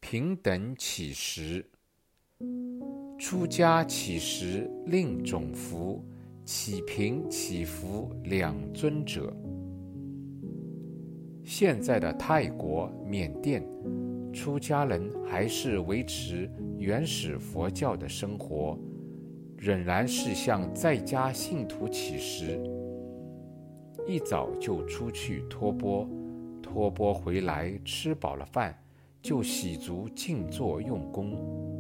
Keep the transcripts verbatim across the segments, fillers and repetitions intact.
平等乞食。出家乞食令种福，乞贫乞福两尊者。现在的泰国、缅甸，出家人还是维持原始佛教的生活，仍然是向在家信徒乞食，一早就出去托钵，托钵回来吃饱了饭，就洗足静坐用功。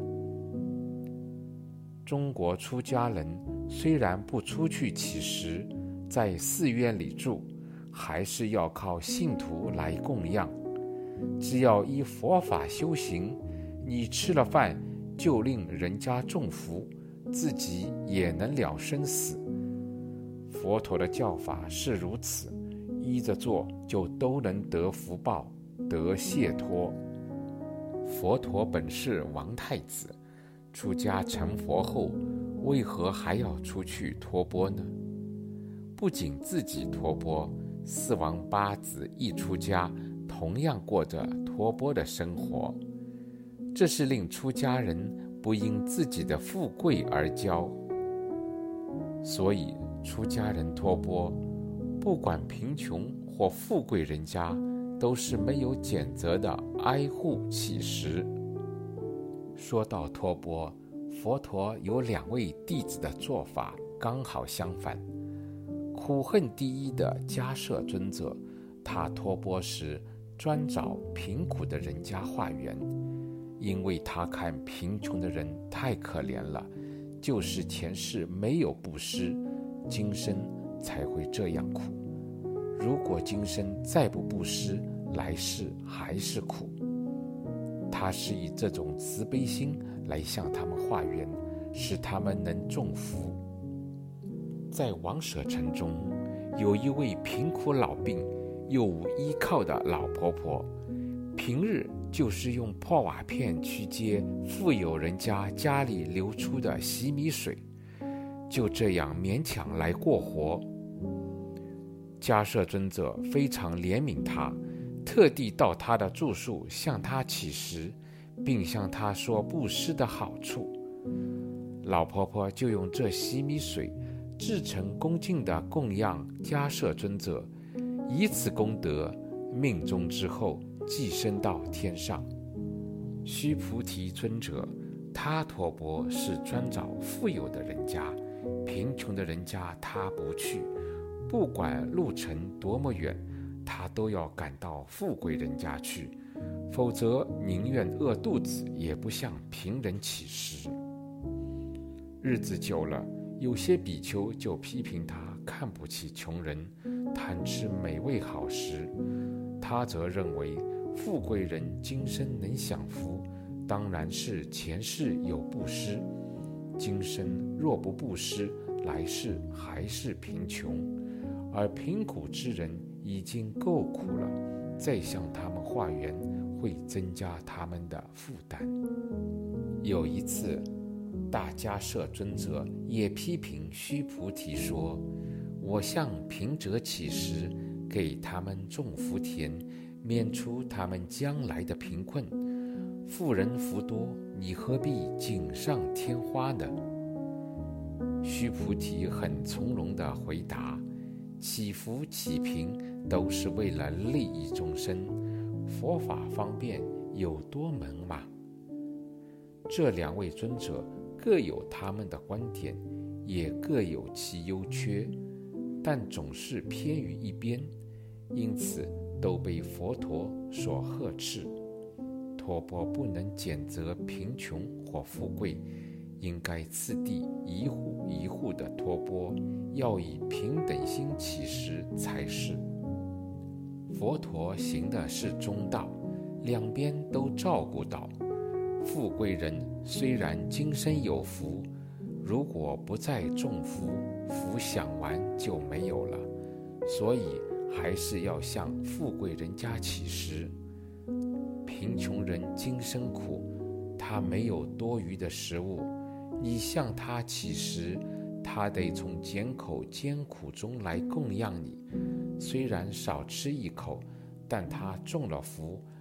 中国出家人虽然不出去乞食，在寺院里住，还是要靠信徒来供养。只要依佛法修行，你吃了饭就令人家种福，自己也能了生死。佛陀的教法是如此，依着做就都能得福报，得解脱。佛陀本是王太子，出家成佛后，为何还要出去托钵呢？不仅自己托钵，四王八子一出家，同样过着托钵的生活。这是令出家人不因自己的富贵而骄。所以出家人托钵，不管贫穷或富贵人家，都是没有谴责的挨户乞食。说到托钵，佛陀有两位弟子的做法刚好相反。苦恨第一的迦摄尊者，他托钵时专找贫苦的人家化缘，因为他看贫穷的人太可怜了，就是前世没有布施，今生才会这样苦。如果今生再不布施，来世还是苦。他是以这种慈悲心来向他们化缘，使他们能种福。在王舍城中，有一位贫苦老病又无依靠的老婆婆，平日就是用破瓦片去接富有人家家里流出的洗米水，就这样勉强来过活。迦摄尊者非常怜悯他，特地到他的住处向他乞食，并向他说布施的好处。老婆婆就用这洗米水制成恭敬的供养迦摄尊者，以此功德，命终之后寄生到天上。须菩提尊者，他托钵是专找富有的人家，贫穷的人家他不去，不管路程多么远，他都要赶到富贵人家去，否则宁愿饿肚子也不向贫人乞食。日子久了，有些比丘就批评他看不起穷人，贪吃美味好食。他则认为富贵人今生能享福，当然是前世有布施，今生若不布施，来世还是贫穷，而贫苦之人已经够苦了，再向他们化缘会增加他们的负担。有一次，大迦摄尊者也批评须菩提说，我向贫者乞食，给他们种福田，免除他们将来的贫困。富人福多，你何必锦上添花呢？须菩提很从容地回答，祈福祈贫都是为了利益众生，佛法方便有多门嘛。这两位尊者各有他们的观点，也各有其优缺，但总是偏于一边，因此都被佛陀所呵斥。托钵不能谴责贫穷或富贵，应该次第一户一户的托钵，要以平等心乞食才是。佛陀行的是中道，两边都照顾到。富贵人虽然今生有福，如果不再种福，福享完就没有了，所以还是要向富贵人家乞食。贫穷人今生苦，他没有多余的食物，你向他乞食，他得从艰口艰苦中来供养你。虽然少吃一口，但他种了福，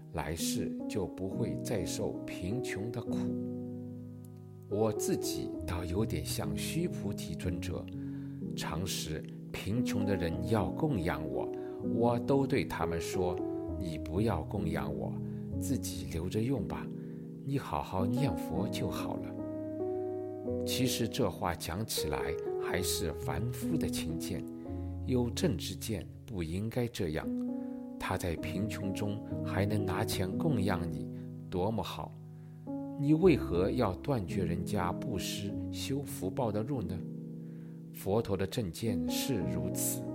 来世就不会再受贫穷的苦。我自己倒有点像须菩提尊者，常时贫穷的人要供养我，我都对他们说，你不要供养我，自己留着用吧，你好好念佛就好了。其实这话讲起来还是凡夫的轻贱，有正之见不应该这样。他在贫穷中还能拿钱供养你，多么好！你为何要断绝人家布施修福报的路呢？佛陀的正见是如此。